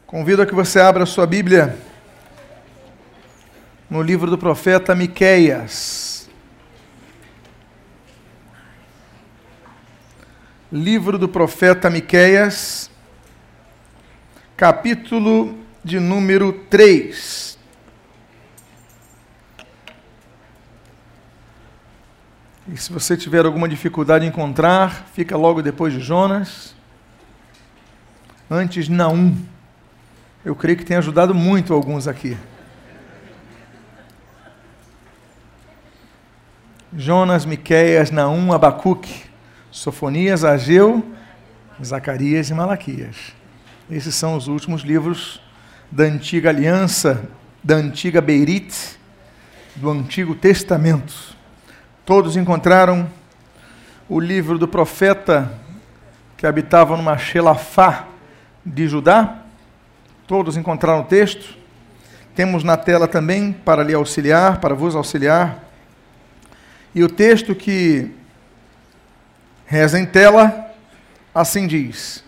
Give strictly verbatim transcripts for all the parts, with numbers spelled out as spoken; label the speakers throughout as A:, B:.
A: Convido a que você abra a sua Bíblia no livro do profeta Miqueias. Livro do profeta Miqueias, capítulo de número três. E se você tiver alguma dificuldade em encontrar, fica logo depois de Jonas, antes Naum. Eu creio que tem ajudado muito alguns aqui. Jonas, Miqueias, Naum, Abacuque, Sofonias, Ageu, Zacarias e Malaquias. Esses são os últimos livros da antiga aliança, da antiga Beirite, do Antigo Testamento. Todos encontraram o livro do profeta que habitava numa Xelafá de Judá. Todos encontraram o texto. Temos na tela também para lhe auxiliar, para vos auxiliar. E o texto que reza em tela, assim diz: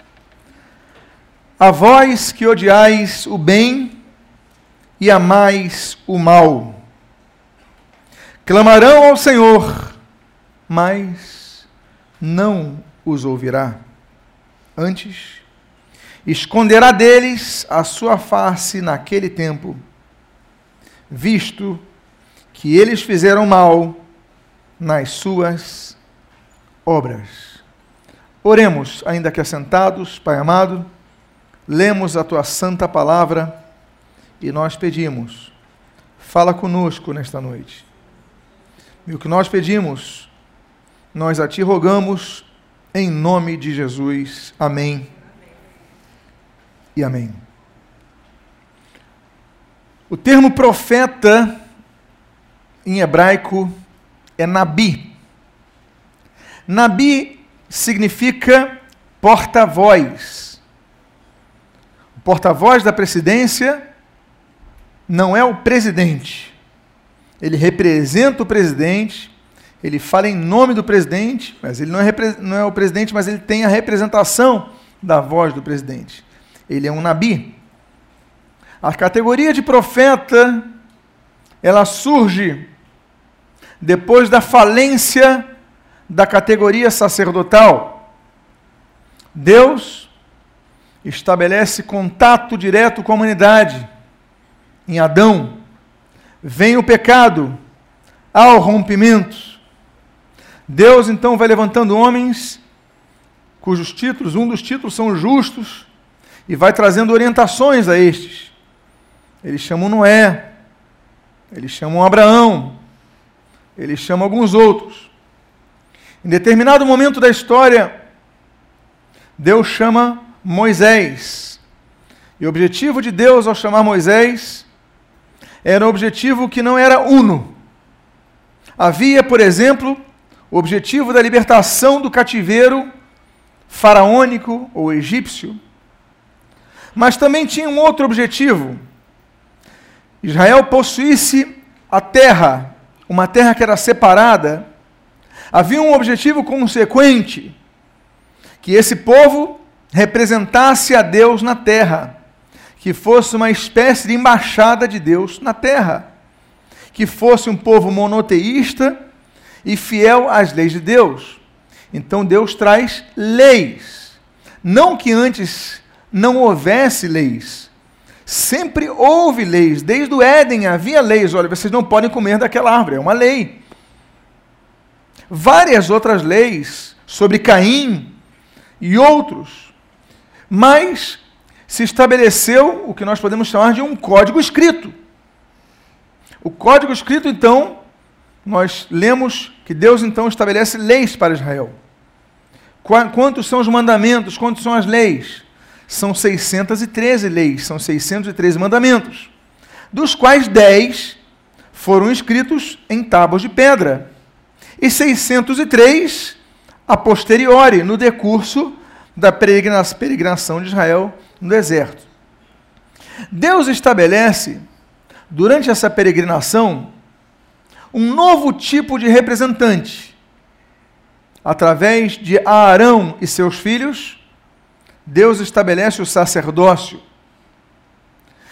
A: A vós que odiais o bem e amais o mal, clamarão ao Senhor, mas não os ouvirá. Antes, esconderá deles a sua face naquele tempo, visto que eles fizeram mal nas suas obras. Oremos, ainda que assentados, Pai amado, lemos a tua santa palavra e nós pedimos, fala conosco nesta noite. E o que nós pedimos, nós a ti rogamos, em nome de Jesus. Amém. E amém. O termo profeta em hebraico é Nabi. Nabi significa porta-voz. O porta-voz da presidência não é o presidente. Ele representa o presidente, ele fala em nome do presidente, mas ele não é, não é o presidente, mas ele tem a representação da voz do presidente. Ele é um Nabi. A categoria de profeta, ela surge depois da falência da categoria sacerdotal. Deus estabelece contato direto com a humanidade. Em Adão, vem o pecado, há o rompimento. Deus então vai levantando homens cujos títulos, um dos títulos são justos, e vai trazendo orientações a estes. Eles chamam Noé, eles chamam Abraão, eles chamam alguns outros. Em determinado momento da história, Deus chama Moisés. E o objetivo de Deus ao chamar Moisés era um objetivo que não era uno. Havia, por exemplo, o objetivo da libertação do cativeiro faraônico ou egípcio, mas também tinha um outro objetivo. Israel possuísse a terra, uma terra que era separada. Havia um objetivo consequente, que esse povo representasse a Deus na terra, que fosse uma espécie de embaixada de Deus na terra, que fosse um povo monoteísta e fiel às leis de Deus. Então Deus traz leis, não que antes não houvesse leis. Sempre houve leis. Desde o Éden havia leis. Olha, vocês não podem comer daquela árvore. É uma lei. Várias outras leis sobre Caim e outros. Mas se estabeleceu o que nós podemos chamar de um código escrito. O código escrito, então, nós lemos que Deus, então, estabelece leis para Israel. Quantos são os mandamentos? Quantos são as leis? São seiscentas e treze leis, são seiscentos e treze mandamentos, dos quais dez foram escritos em tábuas de pedra, e seiscentos e três a posteriori, no decurso da peregrinação de Israel no deserto. Deus estabelece, durante essa peregrinação, um novo tipo de representante, através de Arão e seus filhos. Deus estabelece o sacerdócio.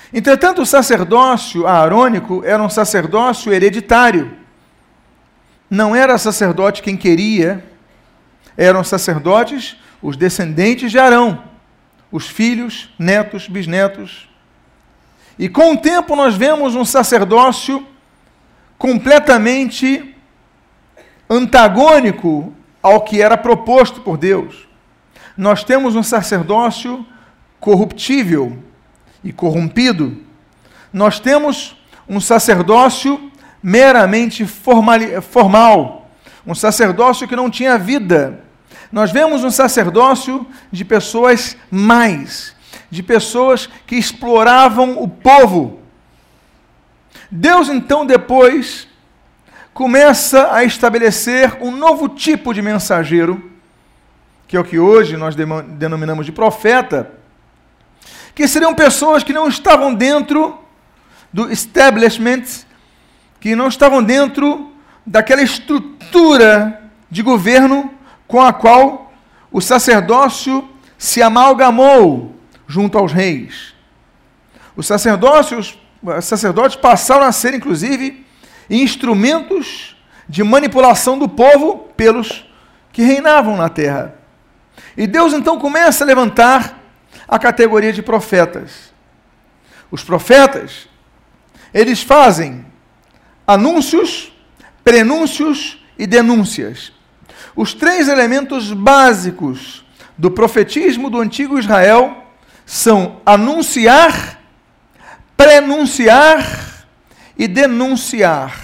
A: Entretanto, o sacerdócio aarônico era um sacerdócio hereditário. Não era sacerdote quem queria, eram sacerdotes os descendentes de Arão, os filhos, netos, bisnetos. E com o tempo nós vemos um sacerdócio completamente antagônico ao que era proposto por Deus. Nós temos um sacerdócio corruptível e corrompido. Nós temos um sacerdócio meramente formali- formal, um sacerdócio que não tinha vida. Nós vemos um sacerdócio de pessoas más, de pessoas que exploravam o povo. Deus, então, depois, começa a estabelecer um novo tipo de mensageiro, que é o que hoje nós denominamos de profeta, que seriam pessoas que não estavam dentro do establishment, que não estavam dentro daquela estrutura de governo com a qual o sacerdócio se amalgamou junto aos reis. Os sacerdócios, os sacerdotes passaram a ser, inclusive, instrumentos de manipulação do povo pelos que reinavam na terra. E Deus então começa a levantar a categoria de profetas. Os profetas, eles fazem anúncios, prenúncios e denúncias. Os três elementos básicos do profetismo do antigo Israel são anunciar, prenunciar e denunciar.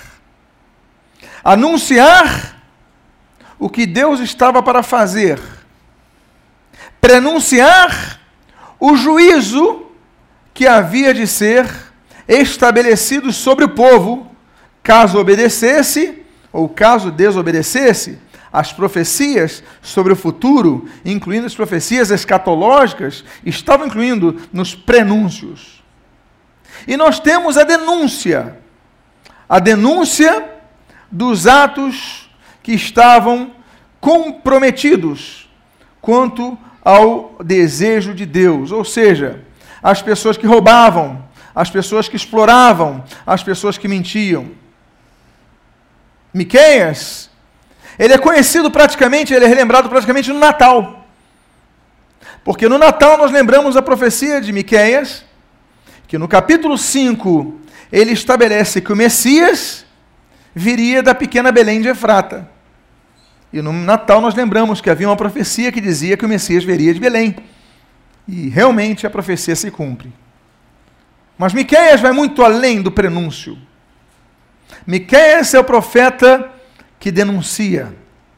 A: Anunciar o que Deus estava para fazer. Prenunciar o juízo que havia de ser estabelecido sobre o povo, caso obedecesse ou caso desobedecesse. As profecias sobre o futuro, incluindo as profecias escatológicas, estavam incluindo nos prenúncios. E nós temos a denúncia. A denúncia dos atos que estavam comprometidos quanto ao desejo de Deus. Ou seja, as pessoas que roubavam, as pessoas que exploravam, as pessoas que mentiam. Miqueias, ele é conhecido praticamente, ele é relembrado praticamente no Natal. Porque no Natal nós lembramos a profecia de Miqueias, que no capítulo cinco, ele estabelece que o Messias viria da pequena Belém de Efrata. E no Natal nós lembramos que havia uma profecia que dizia que o Messias viria de Belém. E realmente a profecia se cumpre. Mas Miqueias vai muito além do prenúncio. Miqueias é o profeta que denuncia.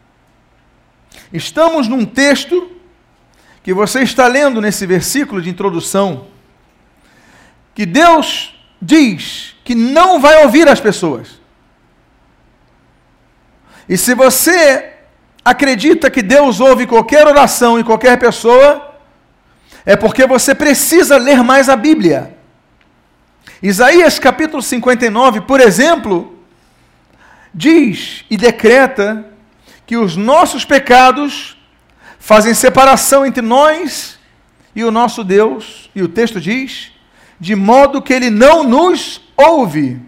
A: Estamos num texto que você está lendo nesse versículo de introdução, que Deus diz que não vai ouvir as pessoas. E se você acredita que Deus ouve qualquer oração e qualquer pessoa, é porque você precisa ler mais a Bíblia. Isaías capítulo cinquenta e nove, por exemplo, diz e decreta que os nossos pecados fazem separação entre nós e o nosso Deus, e o texto diz, de modo que Ele não nos ouve.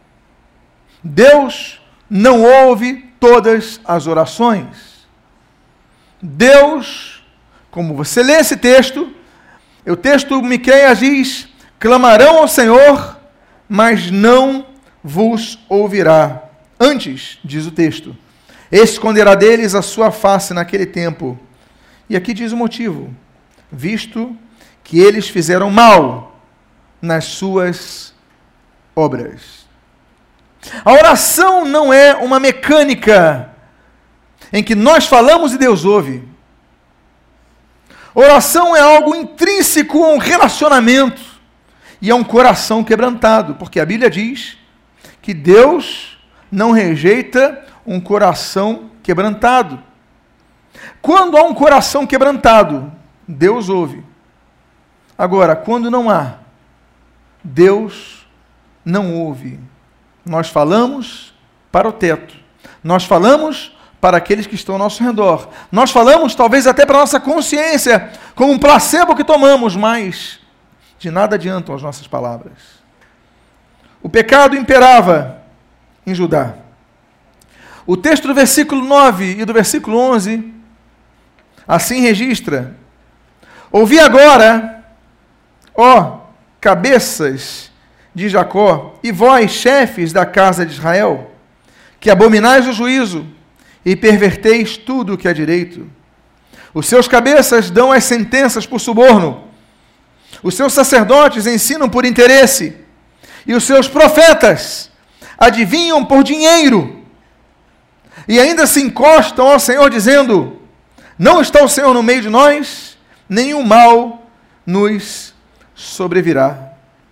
A: Deus não ouve todas as orações. Deus, como você lê esse texto, o texto Miqueias diz, clamarão ao Senhor, mas não vos ouvirá. Antes, diz o texto, esconderá deles a sua face naquele tempo. E aqui diz o motivo, visto que eles fizeram mal nas suas obras. A oração não é uma mecânica em que nós falamos e Deus ouve. Oração é algo intrínseco a um relacionamento e a um coração quebrantado, porque a Bíblia diz que Deus não rejeita um coração quebrantado. Quando há um coração quebrantado, Deus ouve. Agora, quando não há, Deus não ouve. Nós falamos para o teto. Nós falamos para aqueles que estão ao nosso redor. Nós falamos talvez até para a nossa consciência, como um placebo que tomamos, mas De nada adiantam as nossas palavras. O pecado imperava em Judá. O texto do versículo nove e do versículo onze, assim registra: ouvi agora, ó cabeças de Jacó, e vós, chefes da casa de Israel, que abominais o juízo e perverteis tudo o que é direito. Os seus cabeças dão as sentenças por suborno, os seus sacerdotes ensinam por interesse, e os seus profetas adivinham por dinheiro, e ainda se encostam ao Senhor dizendo: não está o Senhor no meio de nós, nenhum mal nos sobrevirá.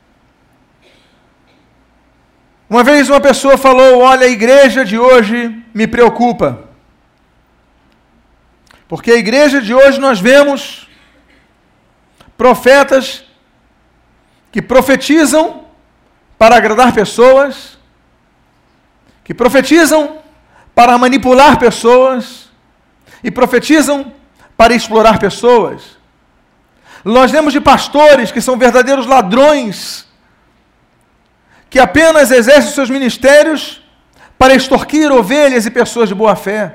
A: Uma vez uma pessoa falou: olha, a igreja de hoje me preocupa, porque a igreja de hoje nós vemos profetas que profetizam para agradar pessoas, que profetizam para manipular pessoas e profetizam para explorar pessoas. Nós vemos de pastores que são verdadeiros ladrões, que apenas exercem os seus ministérios para extorquir ovelhas e pessoas de boa fé.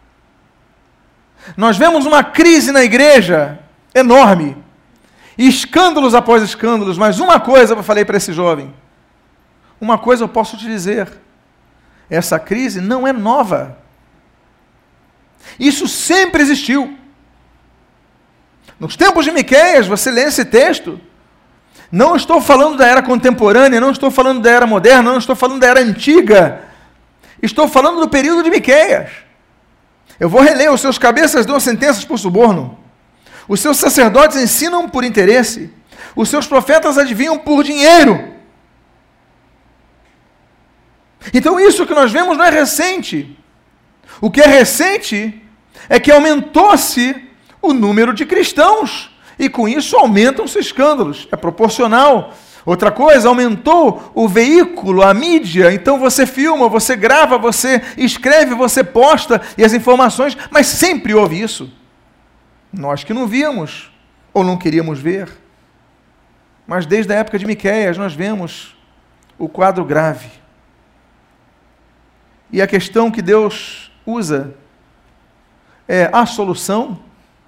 A: Nós vemos uma crise na igreja enorme, e escândalos após escândalos, mas uma coisa eu falei para esse jovem, uma coisa eu posso te dizer: essa crise não é nova. Isso sempre existiu. Nos tempos de Miqueias, você lê esse texto, não estou falando da era contemporânea, não estou falando da era moderna, não estou falando da era antiga, estou falando do período de Miqueias. Eu vou reler: os seus cabeças dão sentenças por suborno, os seus sacerdotes ensinam por interesse, os seus profetas adivinham por dinheiro. Então isso que nós vemos não é recente. O que é recente é que aumentou-se o número de cristãos, e com isso aumentam-se escândalos. É proporcional. Outra coisa, aumentou o veículo, a mídia. Então você filma, você grava, você escreve, você posta, e as informações, mas sempre houve isso. Nós que não víamos, ou não queríamos ver. Mas desde a época de Miqueias nós vemos o quadro grave. E a questão que Deus usa é a solução.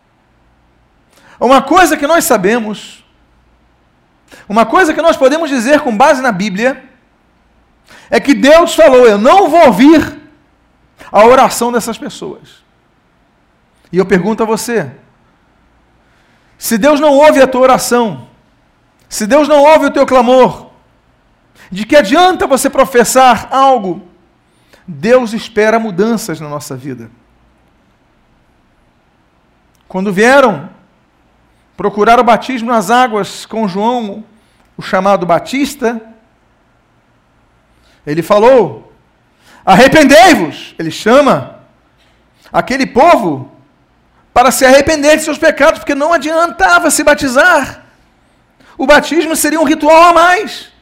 A: Uma coisa que nós sabemos, uma coisa que nós podemos dizer com base na Bíblia, é que Deus falou: eu não vou ouvir a oração dessas pessoas. E eu pergunto a você, se Deus não ouve a tua oração, se Deus não ouve o teu clamor, de que adianta você professar algo? Deus espera mudanças na nossa vida. Quando vieram procurar o batismo nas águas com João, o chamado Batista, ele falou: arrependei-vos. Ele chama aquele povo para se arrepender de seus pecados, porque não adiantava se batizar. O batismo seria um ritual a mais.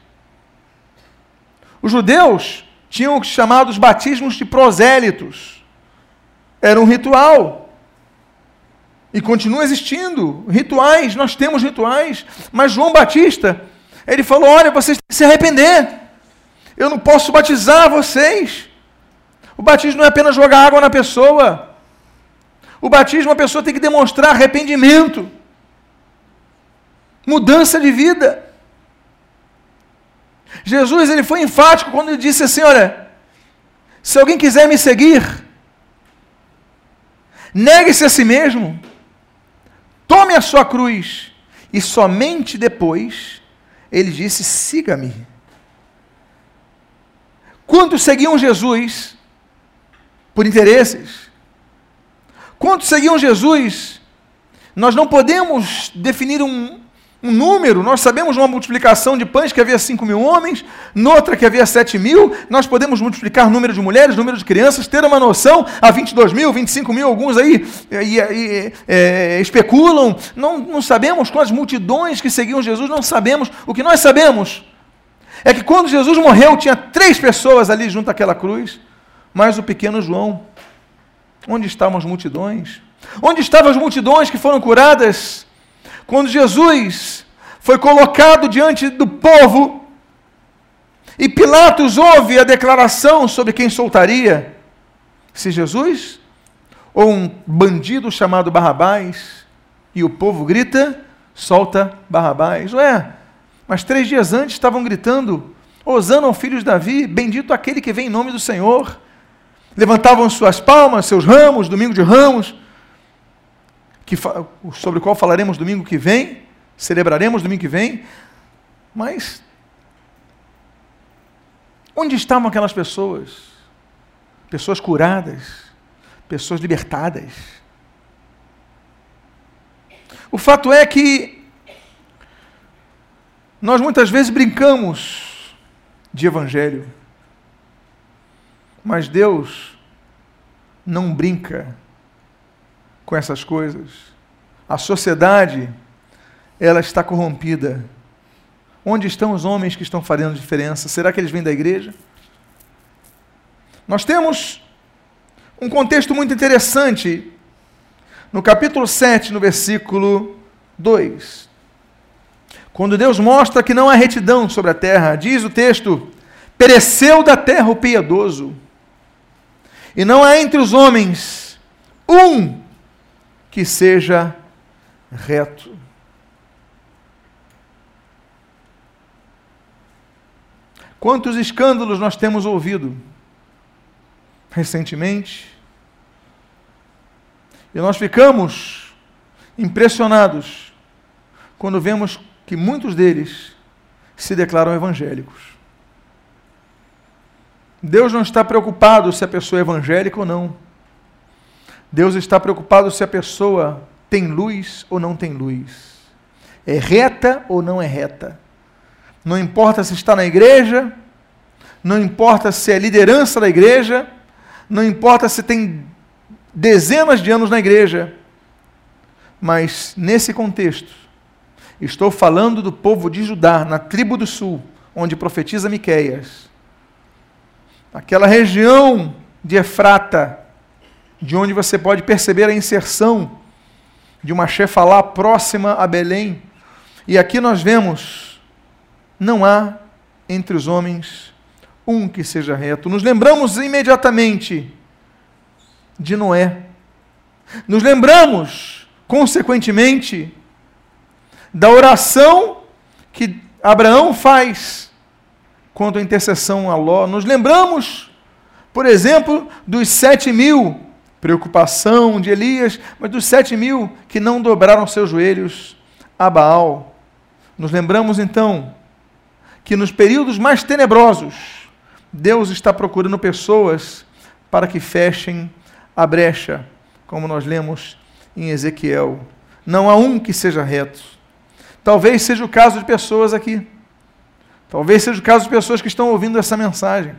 A: Os judeus tinham os chamados batismos de prosélitos. Era um ritual. E continua existindo rituais, nós temos rituais, mas João Batista, ele falou: olha, vocês têm que se arrepender. Eu não posso batizar vocês. O batismo não é apenas jogar água na pessoa. O batismo, a pessoa tem que demonstrar arrependimento, mudança de vida. Jesus, ele foi enfático quando ele disse assim: olha, se alguém quiser me seguir, negue-se a si mesmo, tome a sua cruz, e somente depois ele disse: siga-me. Quantos seguiam Jesus por interesses? Quantos seguiam Jesus? Nós não podemos definir um, um número. Nós sabemos uma multiplicação de pães que havia cinco mil homens, noutra que havia sete mil. Nós podemos multiplicar o número de mulheres, número de crianças, ter uma noção, a vinte e dois mil, vinte e cinco mil, alguns aí e, e, é, especulam. Não, não sabemos quantas multidões que seguiam Jesus, não sabemos. O que nós sabemos é que quando Jesus morreu, tinha três pessoas ali junto àquela cruz, mais o pequeno João. Onde estavam as multidões? Onde estavam as multidões que foram curadas quando Jesus foi colocado diante do povo, e Pilatos ouve a declaração sobre quem soltaria, se Jesus ou um bandido chamado Barrabás, e o povo grita, solta Barrabás. Ué, mas três dias antes estavam gritando, hosana ao filho de Davi, bendito aquele que vem em nome do Senhor. Levantavam suas palmas, seus ramos, domingo de ramos, que, sobre o qual falaremos domingo que vem, celebraremos domingo que vem, mas onde estavam aquelas pessoas? Pessoas curadas, pessoas libertadas. O fato é que nós muitas vezes brincamos de evangelho, mas Deus não brinca com essas coisas. A sociedade, ela está corrompida. Onde estão os homens que estão fazendo diferença? Será que eles vêm da igreja? Nós temos um contexto muito interessante no capítulo sete, no versículo dois. Quando Deus mostra que não há retidão sobre a terra, diz o texto, pereceu da terra o piedoso, e não há entre os homens um que seja reto. Quantos escândalos nós temos ouvido recentemente, e nós ficamos impressionados quando vemos que muitos deles se declaram evangélicos. Deus não está preocupado se a pessoa é evangélica ou não. Deus está preocupado se a pessoa tem luz ou não tem luz. É reta ou não é reta. Não importa se está na igreja, não importa se é liderança da igreja, não importa se tem dezenas de anos na igreja, mas nesse contexto, estou falando do povo de Judá, na tribo do sul, onde profetiza Miqueias. Aquela região de Efrata, de onde você pode perceber a inserção de uma Chefalá próxima a Belém. E aqui nós vemos, não há entre os homens um que seja reto. Nos lembramos imediatamente de Noé. Nos lembramos, consequentemente, da oração que Abraão faz quanto à intercessão a Ló. Nos lembramos, por exemplo, dos sete mil, preocupação de Elias, mas dos sete mil que não dobraram seus joelhos a Baal. Nos lembramos, então, que nos períodos mais tenebrosos, Deus está procurando pessoas para que fechem a brecha, como nós lemos em Ezequiel. Não há um que seja reto. Talvez seja o caso de pessoas aqui. Talvez seja o caso de pessoas que estão ouvindo essa mensagem.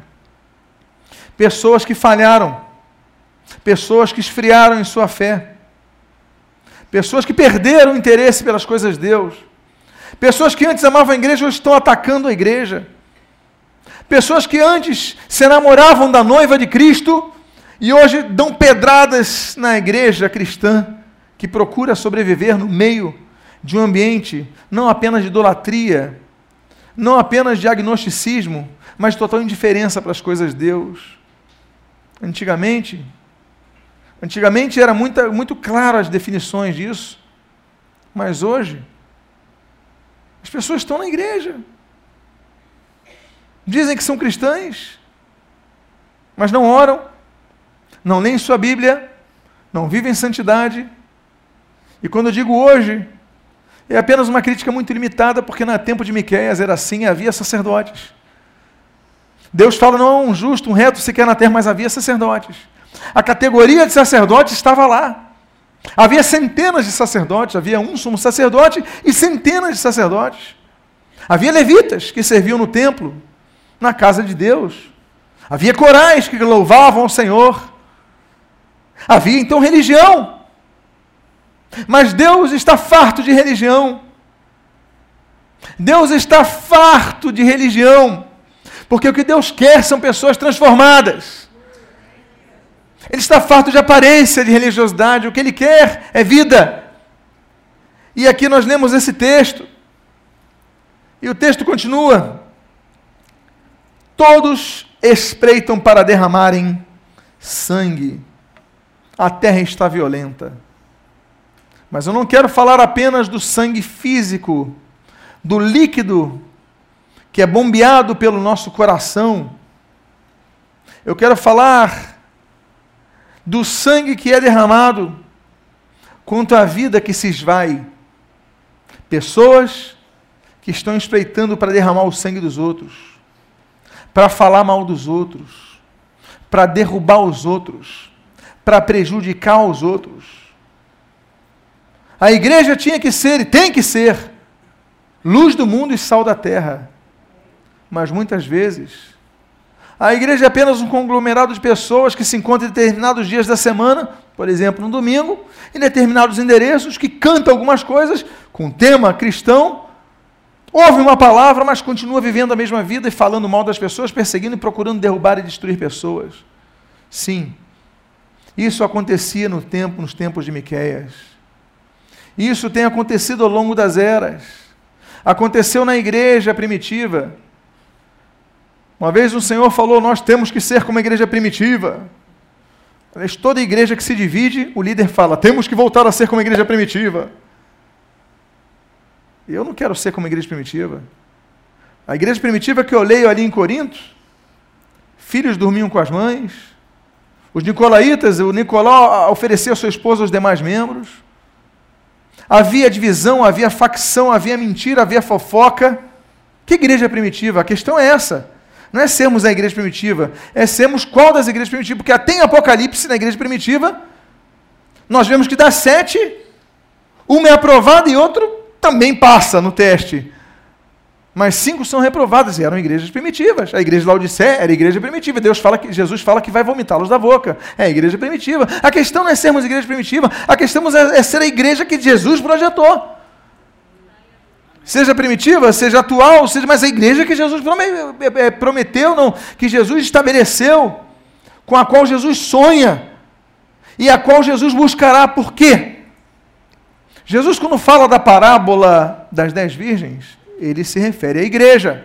A: Pessoas que falharam. Pessoas que esfriaram em sua fé. Pessoas que perderam o interesse pelas coisas de Deus. Pessoas que antes amavam a igreja hoje estão atacando a igreja. Pessoas que antes se enamoravam da noiva de Cristo e hoje dão pedradas na igreja cristã que procura sobreviver no meio de um ambiente não apenas de idolatria, não apenas de agnosticismo, mas de total indiferença para as coisas de Deus. Antigamente, antigamente era muito, muito claro as definições disso, mas hoje as pessoas estão na igreja, dizem que são cristãs, mas não oram, não leem sua Bíblia, não vivem em santidade. E quando eu digo hoje, é apenas uma crítica muito limitada, porque no tempo de Miqueias era assim, havia sacerdotes. Deus fala, não há um justo, um reto sequer na terra, mas havia sacerdotes. A categoria de sacerdotes estava lá. Havia centenas de sacerdotes, havia um sumo sacerdote e centenas de sacerdotes. Havia levitas que serviam no templo, na casa de Deus. Havia corais que louvavam ao Senhor. Havia então religião. Mas Deus está farto de religião. Deus está farto de religião. Porque o que Deus quer são pessoas transformadas. Ele está farto de aparência, de religiosidade. O que Ele quer é vida. E aqui nós lemos esse texto. E o texto continua: todos espreitam para derramarem sangue. A terra está violenta. Mas eu não quero falar apenas do sangue físico, do líquido que é bombeado pelo nosso coração. Eu quero falar do sangue que é derramado quanto à vida que se esvai. Pessoas que estão espreitando para derramar o sangue dos outros, para falar mal dos outros, para derrubar os outros, para prejudicar os outros. A igreja tinha que ser e tem que ser luz do mundo e sal da terra. Mas muitas vezes, a igreja é apenas um conglomerado de pessoas que se encontram em determinados dias da semana, por exemplo, no domingo, em determinados endereços, que cantam algumas coisas com tema cristão, ouve uma palavra, mas continua vivendo a mesma vida e falando mal das pessoas, perseguindo e procurando derrubar e destruir pessoas. Sim, isso acontecia no tempo, nos tempos de Miqueias. Isso tem acontecido ao longo das eras. Aconteceu na igreja primitiva. Uma vez o Senhor falou: nós temos que ser como a igreja primitiva. Mas toda igreja que se divide, o líder fala: temos que voltar a ser como a igreja primitiva. E eu não quero ser como a igreja primitiva. A igreja primitiva que eu leio ali em Corinto, filhos dormiam com as mães, os nicolaítas, o Nicolau oferecia a sua esposa aos demais membros, havia divisão, havia facção, havia mentira, havia fofoca. Que igreja primitiva? A questão é essa. Não é sermos a igreja primitiva, é sermos qual das igrejas primitivas, porque até em Apocalipse, na igreja primitiva, nós vemos que das sete, uma é aprovada e outro também passa no teste. Mas cinco são reprovadas e eram igrejas primitivas. A igreja de Laodiceia era a igreja primitiva. Deus fala que, Jesus fala que vai vomitá-los da boca. É a igreja primitiva. A questão não é sermos igreja primitiva, a questão é, é ser a igreja que Jesus projetou. Seja primitiva, seja atual, seja, mas a igreja que Jesus prometeu, não, que Jesus estabeleceu, com a qual Jesus sonha, e a qual Jesus buscará. Por quê? Jesus, quando fala da parábola das dez virgens, ele se refere à igreja.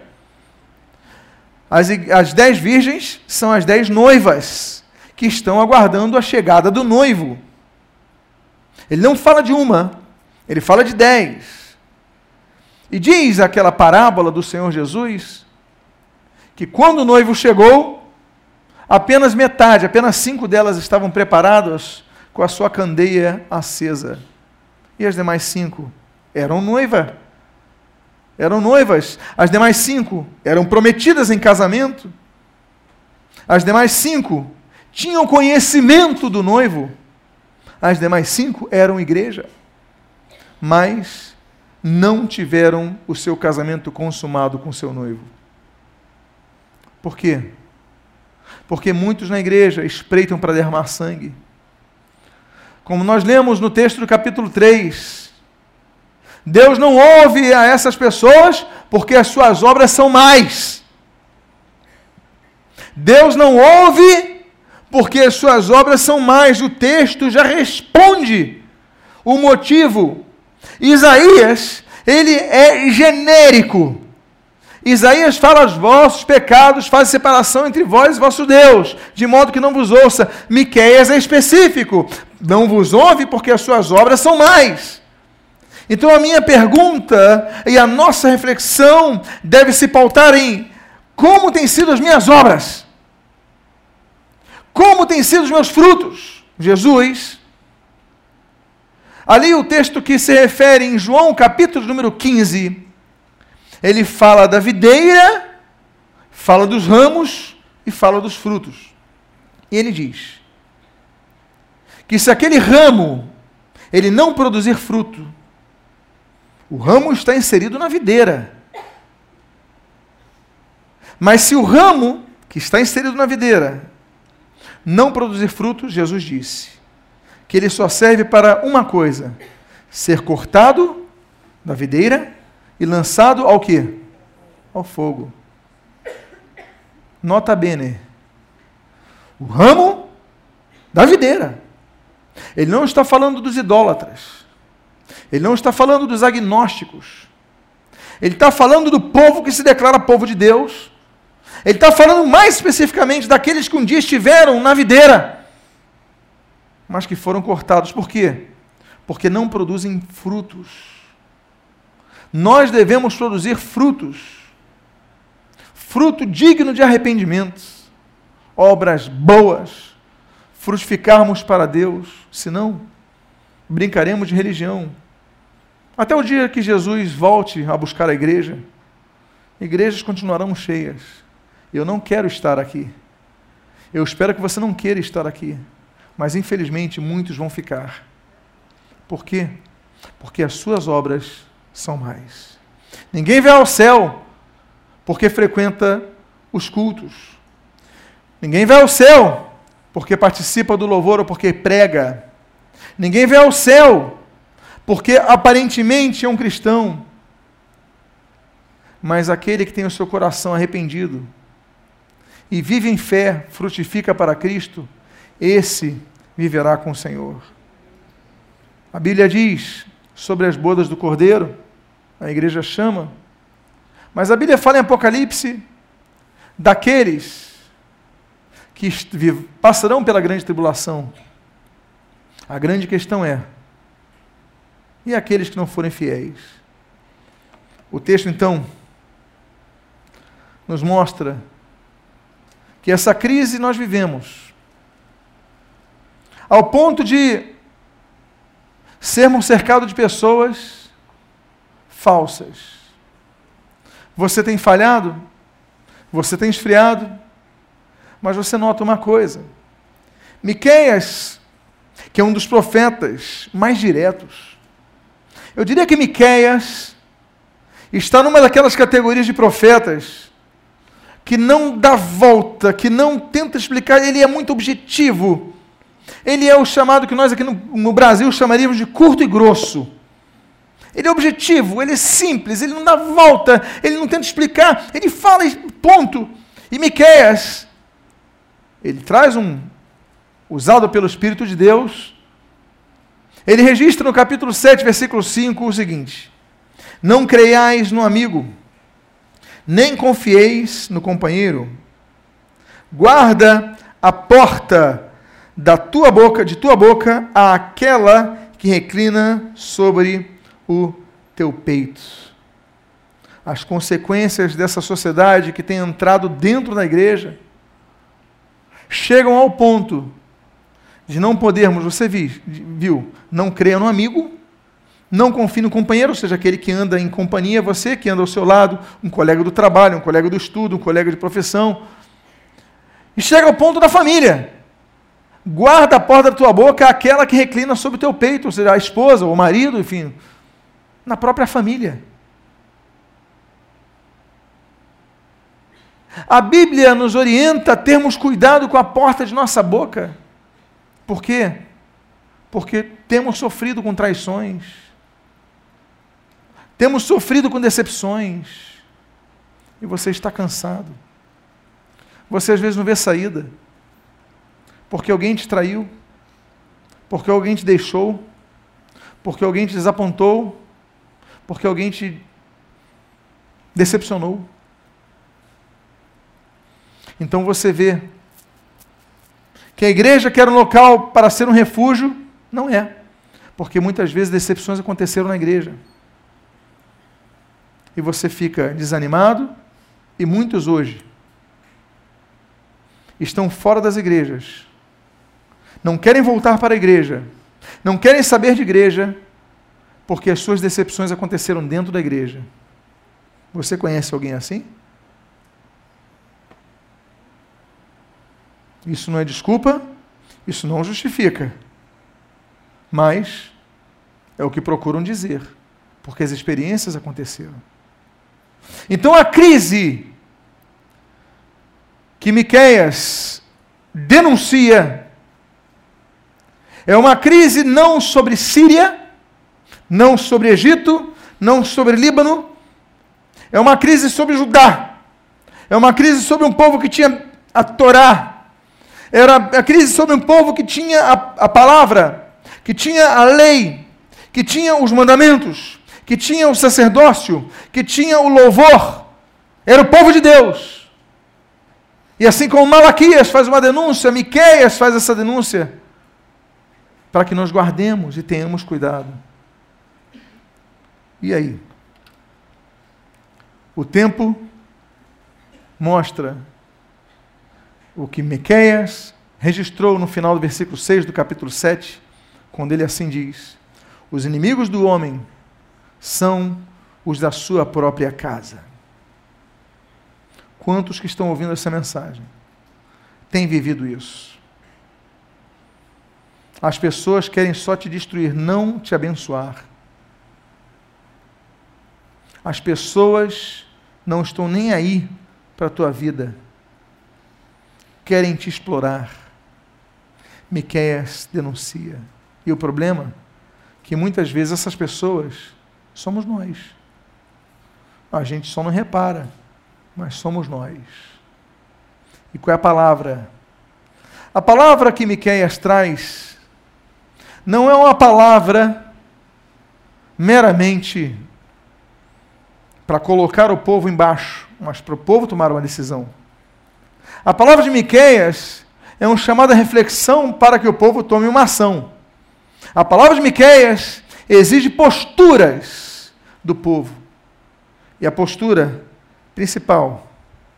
A: As, as dez virgens são as dez noivas, que estão aguardando a chegada do noivo. Ele não fala de uma, ele fala de dez. E diz aquela parábola do Senhor Jesus, que quando o noivo chegou, apenas metade, apenas cinco delas estavam preparadas com a sua candeia acesa. E as demais cinco eram noiva. Eram noivas. As demais cinco eram prometidas em casamento. As demais cinco tinham conhecimento do noivo. As demais cinco eram igreja. Mas não tiveram o seu casamento consumado com seu noivo. Por quê? Porque muitos na igreja espreitam para derramar sangue. Como nós lemos no texto do capítulo três, Deus não ouve a essas pessoas porque as suas obras são mais. Deus não ouve porque as suas obras são mais. O texto já responde o motivo. Isaías, ele é genérico. Isaías fala: os vossos pecados fazem separação entre vós e vosso Deus, de modo que não vos ouça. Miqueias é específico: não vos ouve porque as suas obras são mais. Então a minha pergunta e a nossa reflexão deve se pautar em: como têm sido as minhas obras? Como têm sido os meus frutos? Jesus, ali o texto que se refere em João, capítulo número quinze, ele fala da videira, fala dos ramos e fala dos frutos. E ele diz que se aquele ramo, ele não produzir fruto, o ramo está inserido na videira. Mas se o ramo, que está inserido na videira, não produzir fruto, Jesus disse que ele só serve para uma coisa: ser cortado da videira e lançado ao quê? Ao fogo. Nota bene. O ramo da videira. Ele não está falando dos idólatras. Ele não está falando dos agnósticos. Ele está falando do povo que se declara povo de Deus. Ele está falando mais especificamente daqueles que um dia estiveram na videira, mas que foram cortados. Por quê? Porque não produzem frutos. Nós devemos produzir frutos. Fruto digno de arrependimento. Obras boas. Frutificarmos para Deus. Senão, brincaremos de religião. Até o dia que Jesus volte a buscar a igreja, igrejas continuarão cheias. Eu não quero estar aqui. Eu espero que você não queira estar aqui. Mas, infelizmente, muitos vão ficar. Por quê? Porque as suas obras são mais. Ninguém vai ao céu porque frequenta os cultos. Ninguém vai ao céu porque participa do louvor ou porque prega. Ninguém vai ao céu porque aparentemente é um cristão. Mas aquele que tem o seu coração arrependido e vive em fé, frutifica para Cristo, esse viverá com o Senhor. A Bíblia diz sobre as bodas do Cordeiro, a igreja chama, mas a Bíblia fala em Apocalipse daqueles que passarão pela grande tribulação. A grande questão é, e aqueles que não forem fiéis? O texto, então, nos mostra que essa crise nós vivemos, ao ponto de sermos cercados de pessoas falsas. Você tem falhado, você tem esfriado, mas você nota uma coisa. Miqueias, que é um dos profetas mais diretos, eu diria que Miqueias está numa daquelas categorias de profetas que não dá volta, que não tenta explicar, ele é muito objetivo. Ele é o chamado que nós aqui no, no Brasil chamaríamos de curto e grosso. Ele é objetivo, ele é simples, ele não dá volta, ele não tenta explicar, ele fala e ponto. E Miqueias, ele traz um, usado pelo Espírito de Deus, ele registra no capítulo sete, versículo cinco, o seguinte: não creiais no amigo, nem confieis no companheiro. Guarda a porta da tua boca, de tua boca, àquela que reclina sobre o teu peito. As consequências dessa sociedade que tem entrado dentro da igreja chegam ao ponto de não podermos, você viu, não creia no amigo, não confie no companheiro, ou seja, aquele que anda em companhia, você que anda ao seu lado, um colega do trabalho, um colega do estudo, um colega de profissão, e chega ao ponto da família. Guarda a porta da tua boca aquela que reclina sobre o teu peito, ou seja, a esposa, ou o marido, enfim, na própria família. A Bíblia nos orienta a termos cuidado com a porta de nossa boca. Por quê? Porque temos sofrido com traições, temos sofrido com decepções, e você está cansado. Você às vezes não vê saída, porque alguém te traiu, porque alguém te deixou, porque alguém te desapontou, porque alguém te decepcionou. Então você vê que a igreja que era um local para ser um refúgio, não é. Porque muitas vezes decepções aconteceram na igreja. E você fica desanimado, e muitos hoje estão fora das igrejas, não querem voltar para a igreja, não querem saber de igreja, porque as suas decepções aconteceram dentro da igreja. Você conhece alguém assim? Isso não é desculpa, isso não justifica, mas é o que procuram dizer, porque as experiências aconteceram. Então a crise que Miqueias denuncia é uma crise não sobre Síria, não sobre Egito, não sobre Líbano, é uma crise sobre Judá, é uma crise sobre um povo que tinha a Torá, era a crise sobre um povo que tinha a, a palavra, que tinha a lei, que tinha os mandamentos, que tinha o sacerdócio, que tinha o louvor, era o povo de Deus. E assim como Malaquias faz uma denúncia, Miqueias faz essa denúncia, para que nós guardemos e tenhamos cuidado. E aí? O tempo mostra o que Miqueias registrou no final do versículo seis do capítulo sete, quando ele assim diz: os inimigos do homem são os da sua própria casa. Quantos que estão ouvindo essa mensagem têm vivido isso? As pessoas querem só te destruir, não te abençoar. As pessoas não estão nem aí para a tua vida. Querem te explorar. Miqueias denuncia. E o problema é que muitas vezes essas pessoas somos nós. A gente só não repara, mas somos nós. E qual é a palavra? A palavra que Miqueias traz não é uma palavra meramente para colocar o povo embaixo, mas para o povo tomar uma decisão. A palavra de Miqueias é um chamado à reflexão para que o povo tome uma ação. A palavra de Miqueias exige posturas do povo. E a postura principal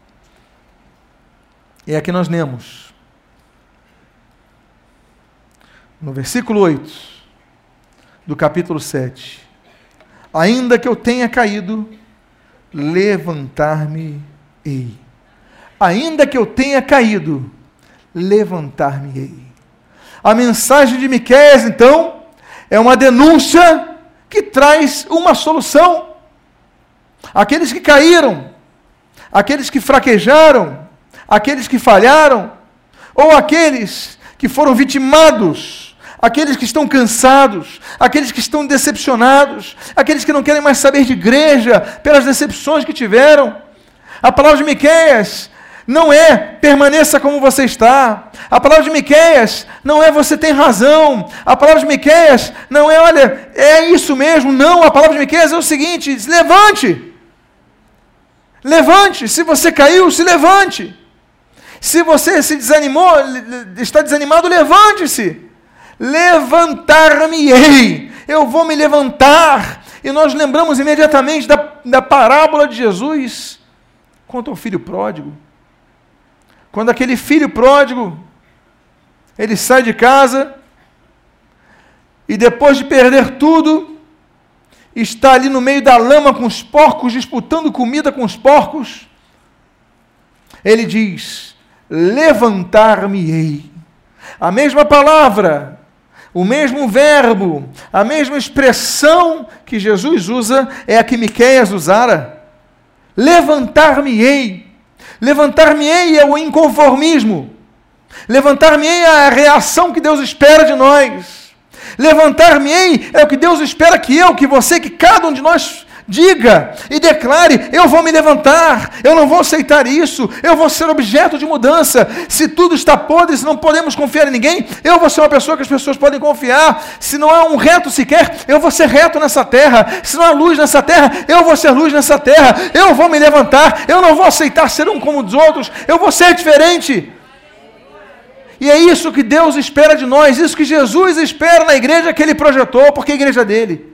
A: é a que nós lemos no versículo oito do capítulo sete. Ainda que eu tenha caído, levantar-me-ei. Ainda que eu tenha caído, levantar-me-ei. A mensagem de Miqueias, então, é uma denúncia que traz uma solução. Aqueles que caíram, aqueles que fraquejaram, aqueles que falharam, ou aqueles que foram vitimados, aqueles que estão cansados, aqueles que estão decepcionados, aqueles que não querem mais saber de igreja pelas decepções que tiveram. A palavra de Miqueias não é permaneça como você está. A palavra de Miqueias não é você tem razão. A palavra de Miqueias não é, olha, é isso mesmo. Não, a palavra de Miqueias é o seguinte: levante. Levante. Se você caiu, se levante. Se você se desanimou, está desanimado, levante-se. Levantar-me-ei. Eu vou me levantar. E nós lembramos imediatamente da, da parábola de Jesus quanto ao filho pródigo. Quando aquele filho pródigo, ele sai de casa e depois de perder tudo, está ali no meio da lama com os porcos, disputando comida com os porcos, ele diz: levantar-me-ei. A mesma palavra, o mesmo verbo, a mesma expressão que Jesus usa é a que Miqueias usara. Levantar-me-ei. Levantar-me-ei é o inconformismo. Levantar-me-ei é a reação que Deus espera de nós. Levantar-me-ei é o que Deus espera que eu, que você, que cada um de nós diga e declare: eu vou me levantar, eu não vou aceitar isso, eu vou ser objeto de mudança. Se tudo está podre, se não podemos confiar em ninguém, eu vou ser uma pessoa que as pessoas podem confiar. Se não há um reto sequer, eu vou ser reto nessa terra. Se não há luz nessa terra, eu vou ser luz nessa terra. Eu vou me levantar, eu não vou aceitar ser um como os outros, eu vou ser diferente. E é isso que Deus espera de nós, isso que Jesus espera na igreja que Ele projetou, porque é a igreja dele.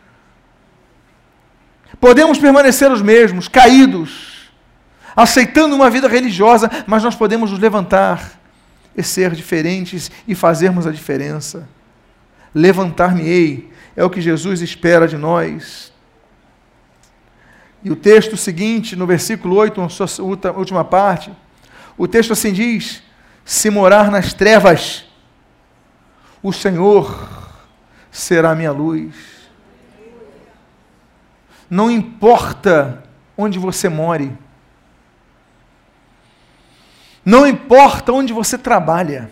A: Podemos permanecer os mesmos, caídos, aceitando uma vida religiosa, mas nós podemos nos levantar e ser diferentes e fazermos a diferença. Levantar-me-ei é o que Jesus espera de nós. E o texto seguinte, no versículo oito, na sua última parte, o texto assim diz: se morar nas trevas, o Senhor será minha luz. Não importa onde você more, não importa onde você trabalha,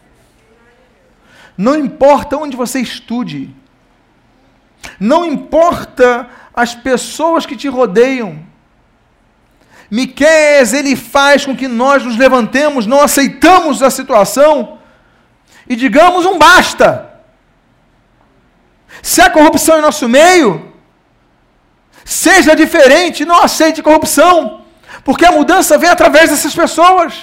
A: não importa onde você estude, não importa as pessoas que te rodeiam. Miqueias, ele faz com que nós nos levantemos, não aceitamos a situação e digamos um basta. Se há corrupção em nosso meio, Seja diferente, não aceite corrupção, porque a mudança vem através dessas pessoas.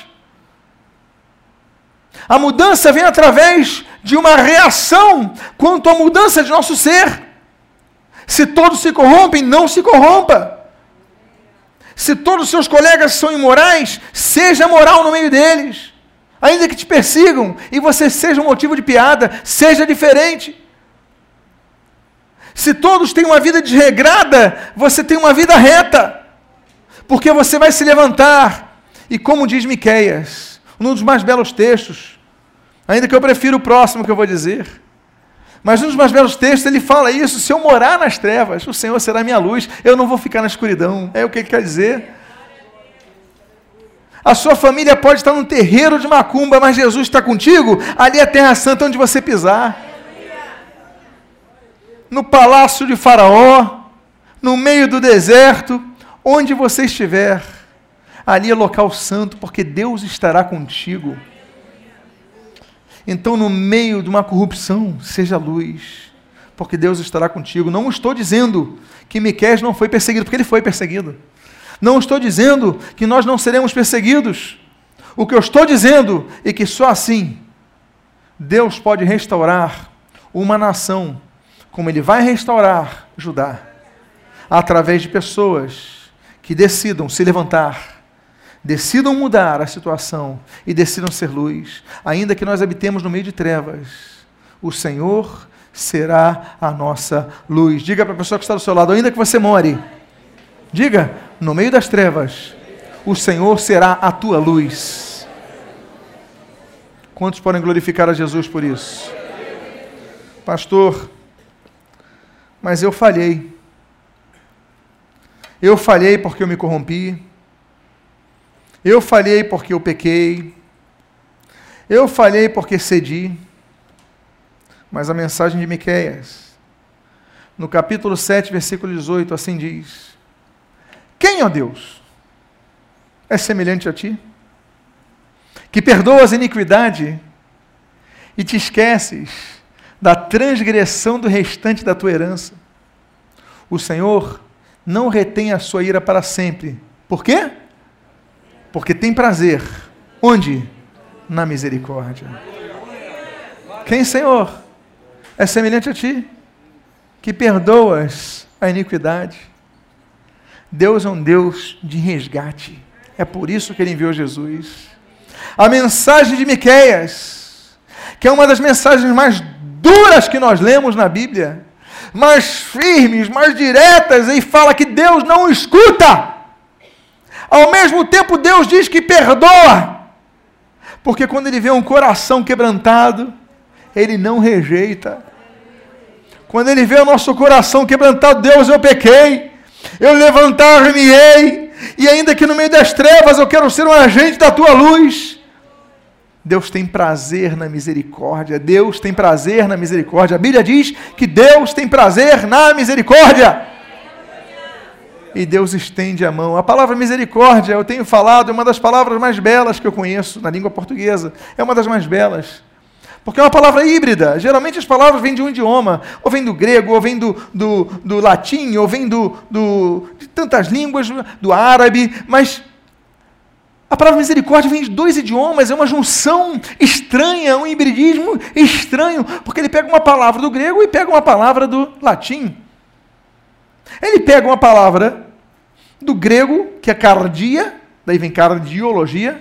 A: A mudança vem através de uma reação quanto à mudança de nosso ser. Se todos se corrompem, não se corrompa. Se todos os seus colegas são imorais, seja moral no meio deles. Ainda que te persigam e você seja um motivo de piada, seja diferente. Se todos têm uma vida desregrada, você tem uma vida reta. Porque você vai se levantar. E como diz Miqueias, um dos mais belos textos, ainda que eu prefiro o próximo que eu vou dizer, mas um dos mais belos textos, ele fala isso: se eu morar nas trevas, o Senhor será minha luz, eu não vou ficar na escuridão. É o que ele quer dizer. A sua família pode estar num terreiro de macumba, mas Jesus está contigo, ali é a terra santa onde você pisar. No palácio de Faraó, no meio do deserto, onde você estiver, ali é local santo, porque Deus estará contigo. Então, no meio de uma corrupção, seja luz, porque Deus estará contigo. Não estou dizendo que Miqueias não foi perseguido, porque ele foi perseguido. Não estou dizendo que nós não seremos perseguidos. O que eu estou dizendo é que só assim Deus pode restaurar uma nação, como Ele vai restaurar Judá, através de pessoas que decidam se levantar, decidam mudar a situação e decidam ser luz. Ainda que nós habitemos no meio de trevas, o Senhor será a nossa luz. Diga para a pessoa que está do seu lado, ainda que você more, diga, no meio das trevas, o Senhor será a tua luz. Quantos podem glorificar a Jesus por isso? Pastor, mas eu falhei. Eu falhei porque eu me corrompi. Eu falhei porque eu pequei. Eu falhei porque cedi. Mas a mensagem de Miqueias, no capítulo sete, versículo dezoito, assim diz: quem, ó Deus, é semelhante a ti, que perdoas a iniquidade e te esqueces da transgressão do restante da tua herança? O Senhor não retém a sua ira para sempre. Por quê? Porque tem prazer. Onde? Na misericórdia. Quem, Senhor, é semelhante a ti, que perdoas a iniquidade? Deus é um Deus de resgate. É por isso que Ele enviou Jesus. A mensagem de Miqueias, que é uma das mensagens mais duras que nós lemos na Bíblia, mais firmes, mais diretas, e fala que Deus não escuta. Ao mesmo tempo, Deus diz que perdoa, porque quando Ele vê um coração quebrantado, Ele não rejeita. Quando Ele vê o nosso coração quebrantado, Deus, eu pequei, eu levantar-me-ei, e ainda que no meio das trevas eu quero ser um agente da tua luz. Deus tem prazer na misericórdia. Deus tem prazer na misericórdia. A Bíblia diz que Deus tem prazer na misericórdia. E Deus estende a mão. A palavra misericórdia, eu tenho falado, é uma das palavras mais belas que eu conheço na língua portuguesa. É uma das mais belas. Porque é uma palavra híbrida. Geralmente as palavras vêm de um idioma, ou vêm do grego, ou vêm do, do, do latim, ou vêm do, do, de tantas línguas, do árabe, mas a palavra misericórdia vem de dois idiomas, é uma junção estranha, um hibridismo estranho, porque ele pega uma palavra do grego e pega uma palavra do latim. Ele pega uma palavra do grego, que é cardia, daí vem cardiologia,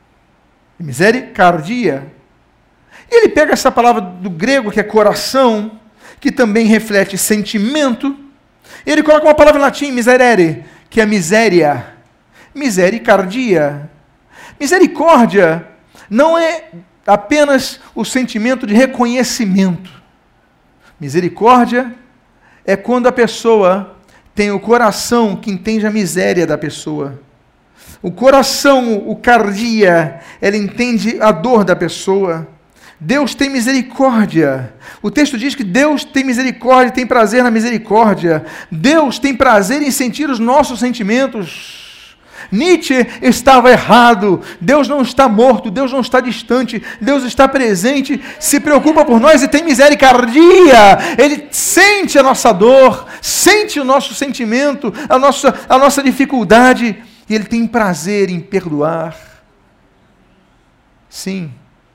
A: misericardia. E ele pega essa palavra do grego, que é coração, que também reflete sentimento, e ele coloca uma palavra em latim, miserere, que é miséria. Misericardia. Misericórdia não é apenas o sentimento de reconhecimento. Misericórdia é quando a pessoa tem o coração que entende a miséria da pessoa. O coração, o cardia, ela entende a dor da pessoa. Deus tem misericórdia. O texto diz que Deus tem misericórdia, tem prazer na misericórdia. Deus tem prazer em sentir os nossos sentimentos. Nietzsche estava errado. Deus não está morto, Deus não está distante, Deus está presente, se preocupa por nós e tem misericórdia. Ele sente a nossa dor, sente o nosso sentimento, a nossa, a nossa dificuldade, e Ele tem prazer em perdoar. Sim.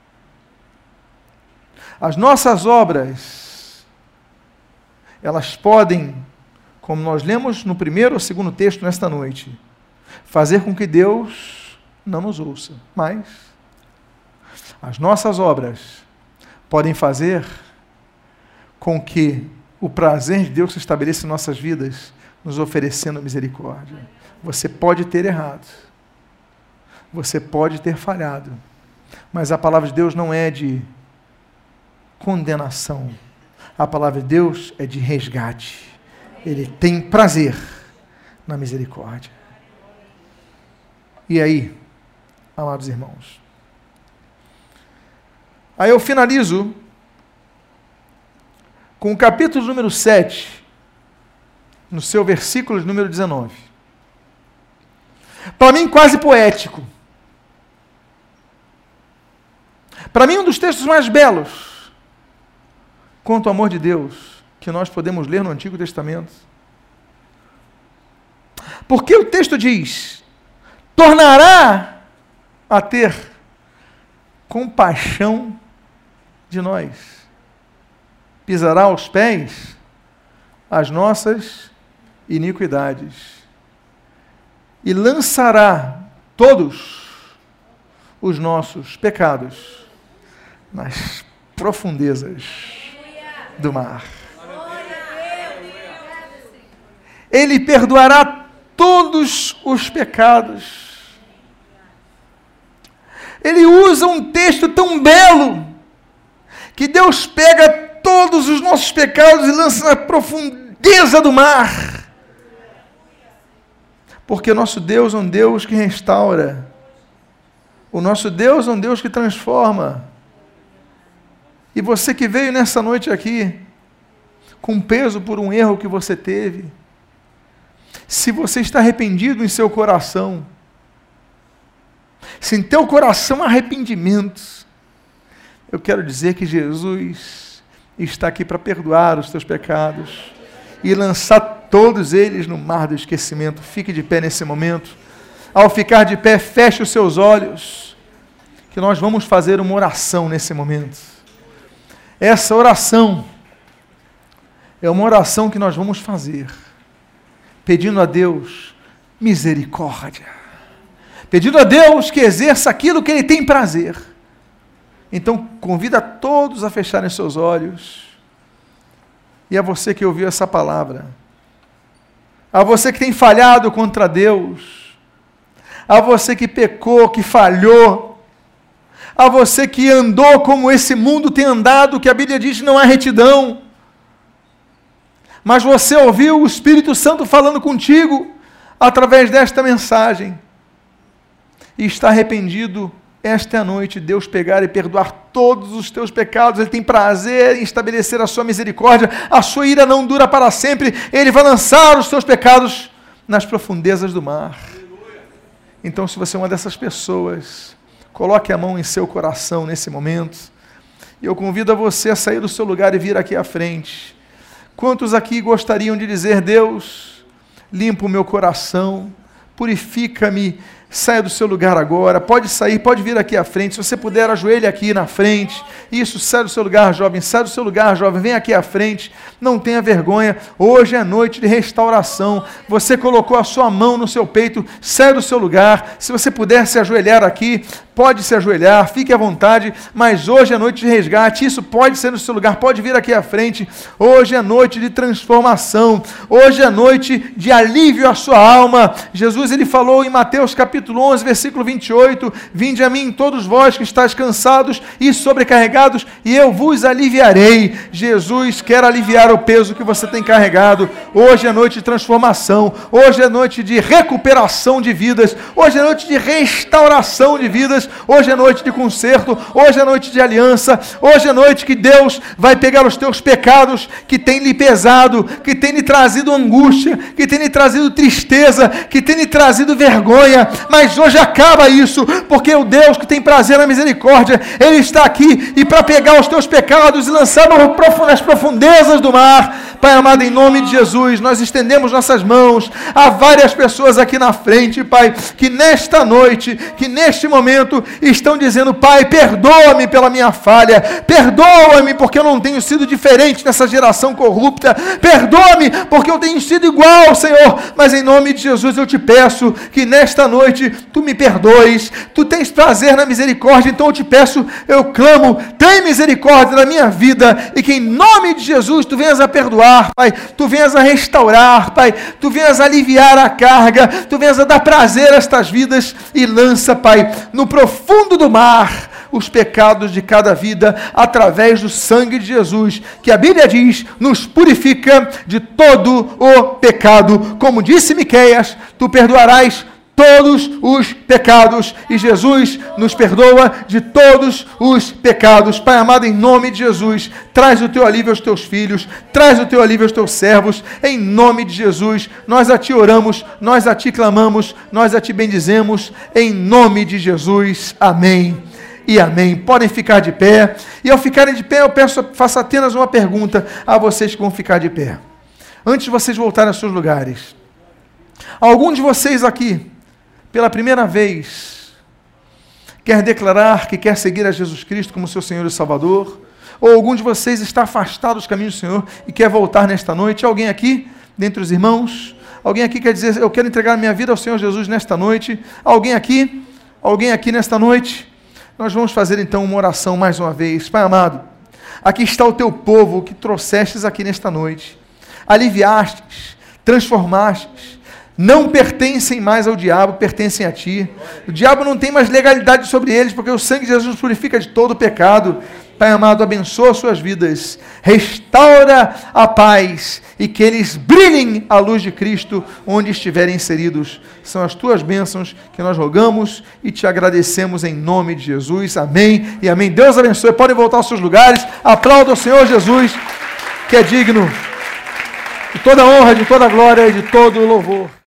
A: As nossas obras, elas podem, como nós lemos no primeiro ou segundo texto nesta noite, fazer com que Deus não nos ouça. Mas as nossas obras podem fazer com que o prazer de Deus se estabeleça em nossas vidas, nos oferecendo misericórdia. Você pode ter errado. Você pode ter falhado. Mas a palavra de Deus não é de condenação. A palavra de Deus é de resgate. Ele tem prazer na misericórdia. E aí, amados irmãos, aí eu finalizo com o capítulo número sete, no seu versículo número dezenove. Para mim, quase poético. Para mim, um dos textos mais belos quanto ao amor de Deus que nós podemos ler no Antigo Testamento. Porque o texto diz: tornará a ter compaixão de nós, pisará aos pés as nossas iniquidades e lançará todos os nossos pecados nas profundezas do mar. Ele perdoará todos os pecados. Ele usa um texto tão belo que Deus pega todos os nossos pecados e lança na profundeza do mar. Porque o nosso Deus é um Deus que restaura. O nosso Deus é um Deus que transforma. E você que veio nessa noite aqui, com peso por um erro que você teve, se você está arrependido em seu coração, se em teu coração há arrependimento, eu quero dizer que Jesus está aqui para perdoar os teus pecados e lançar todos eles no mar do esquecimento. Fique de pé nesse momento. Ao ficar de pé, feche os seus olhos, que nós vamos fazer uma oração nesse momento. Essa oração é uma oração que nós vamos fazer, pedindo a Deus misericórdia, pedindo a Deus que exerça aquilo que Ele tem prazer. Então, convido a todos a fecharem seus olhos, e a você que ouviu essa palavra, a você que tem falhado contra Deus, a você que pecou, que falhou, a você que andou como esse mundo tem andado, que a Bíblia diz que não há retidão, mas você ouviu o Espírito Santo falando contigo através desta mensagem e está arrependido. Esta é a noite, Deus pegar e perdoar todos os teus pecados. Ele tem prazer em estabelecer a sua misericórdia. A sua ira não dura para sempre. Ele vai lançar os teus pecados nas profundezas do mar. Então, se você é uma dessas pessoas, coloque a mão em seu coração nesse momento. E eu convido a você a sair do seu lugar e vir aqui à frente. Quantos aqui gostariam de dizer: Deus, limpa o meu coração, purifica-me, saia do seu lugar agora, pode sair, pode vir aqui à frente, se você puder, ajoelhe aqui na frente, isso, sai do seu lugar, jovem, sai do seu lugar, jovem, vem aqui à frente, não tenha vergonha, hoje é noite de restauração, você colocou a sua mão no seu peito, sai do seu lugar, se você puder se ajoelhar aqui, pode se ajoelhar, fique à vontade, mas hoje é noite de resgate, isso pode ser no seu lugar, pode vir aqui à frente, hoje é noite de transformação, hoje é noite de alívio à sua alma. Jesus, ele falou em Mateus capítulo capítulo onze, versículo vinte e oito, vinde a mim todos vós que estáis cansados e sobrecarregados, e eu vos aliviarei. Jesus quer aliviar o peso que você tem carregado. Hoje é noite de transformação, hoje é noite de recuperação de vidas, hoje é noite de restauração de vidas, hoje é noite de conserto, hoje é noite de aliança, hoje é noite que Deus vai pegar os teus pecados que tem lhe pesado, que tem lhe trazido angústia, que tem lhe trazido tristeza, que tem lhe trazido vergonha, mas hoje acaba isso, porque o Deus que tem prazer na misericórdia, Ele está aqui, e para pegar os teus pecados e lançar nas profundezas do mar. Pai amado, em nome de Jesus, nós estendemos nossas mãos a várias pessoas aqui na frente, Pai, que nesta noite, que neste momento estão dizendo: Pai, perdoa-me pela minha falha, perdoa-me porque eu não tenho sido diferente nessa geração corrupta, perdoa-me porque eu tenho sido igual, Senhor, mas em nome de Jesus eu te peço que nesta noite tu me perdoes. Tu tens prazer na misericórdia, então eu te peço, eu clamo, tem misericórdia na minha vida, e que em nome de Jesus tu venhas a perdoar, Pai, tu venhas a restaurar, Pai, tu venhas a aliviar a carga, tu venhas a dar prazer a estas vidas, e lança, Pai, no profundo do mar os pecados de cada vida, através do sangue de Jesus, que a Bíblia diz, nos purifica de todo o pecado. Como disse Miqueias, tu perdoarás todos os pecados, e Jesus nos perdoa de todos os pecados. Pai amado, em nome de Jesus, traz o teu alívio aos teus filhos, traz o teu alívio aos teus servos, em nome de Jesus. Nós a ti oramos, nós a ti clamamos, nós a ti bendizemos, em nome de Jesus. Amém e amém. Podem ficar de pé, e ao ficarem de pé eu peço, faço apenas uma pergunta a vocês que vão ficar de pé, antes de vocês voltarem aos seus lugares. Algum de vocês aqui, pela primeira vez, quer declarar que quer seguir a Jesus Cristo como seu Senhor e Salvador? Ou algum de vocês está afastado dos caminhos do Senhor e quer voltar nesta noite? Alguém aqui, dentre os irmãos? Alguém aqui quer dizer: eu quero entregar minha vida ao Senhor Jesus nesta noite? Alguém aqui? Alguém aqui nesta noite? Nós vamos fazer então uma oração mais uma vez. Pai amado, aqui está o teu povo que trouxestes aqui nesta noite, aliviastes, transformastes, não pertencem mais ao diabo, pertencem a ti. O diabo não tem mais legalidade sobre eles, porque o sangue de Jesus nos purifica de todo o pecado. Pai amado, abençoa suas vidas, restaura a paz, e que eles brilhem a luz de Cristo onde estiverem inseridos. São as tuas bênçãos que nós rogamos e te agradecemos em nome de Jesus. Amém e amém. Deus abençoe. Podem voltar aos seus lugares. Aplauda o Senhor Jesus, que é digno de toda honra, de toda glória e de todo louvor.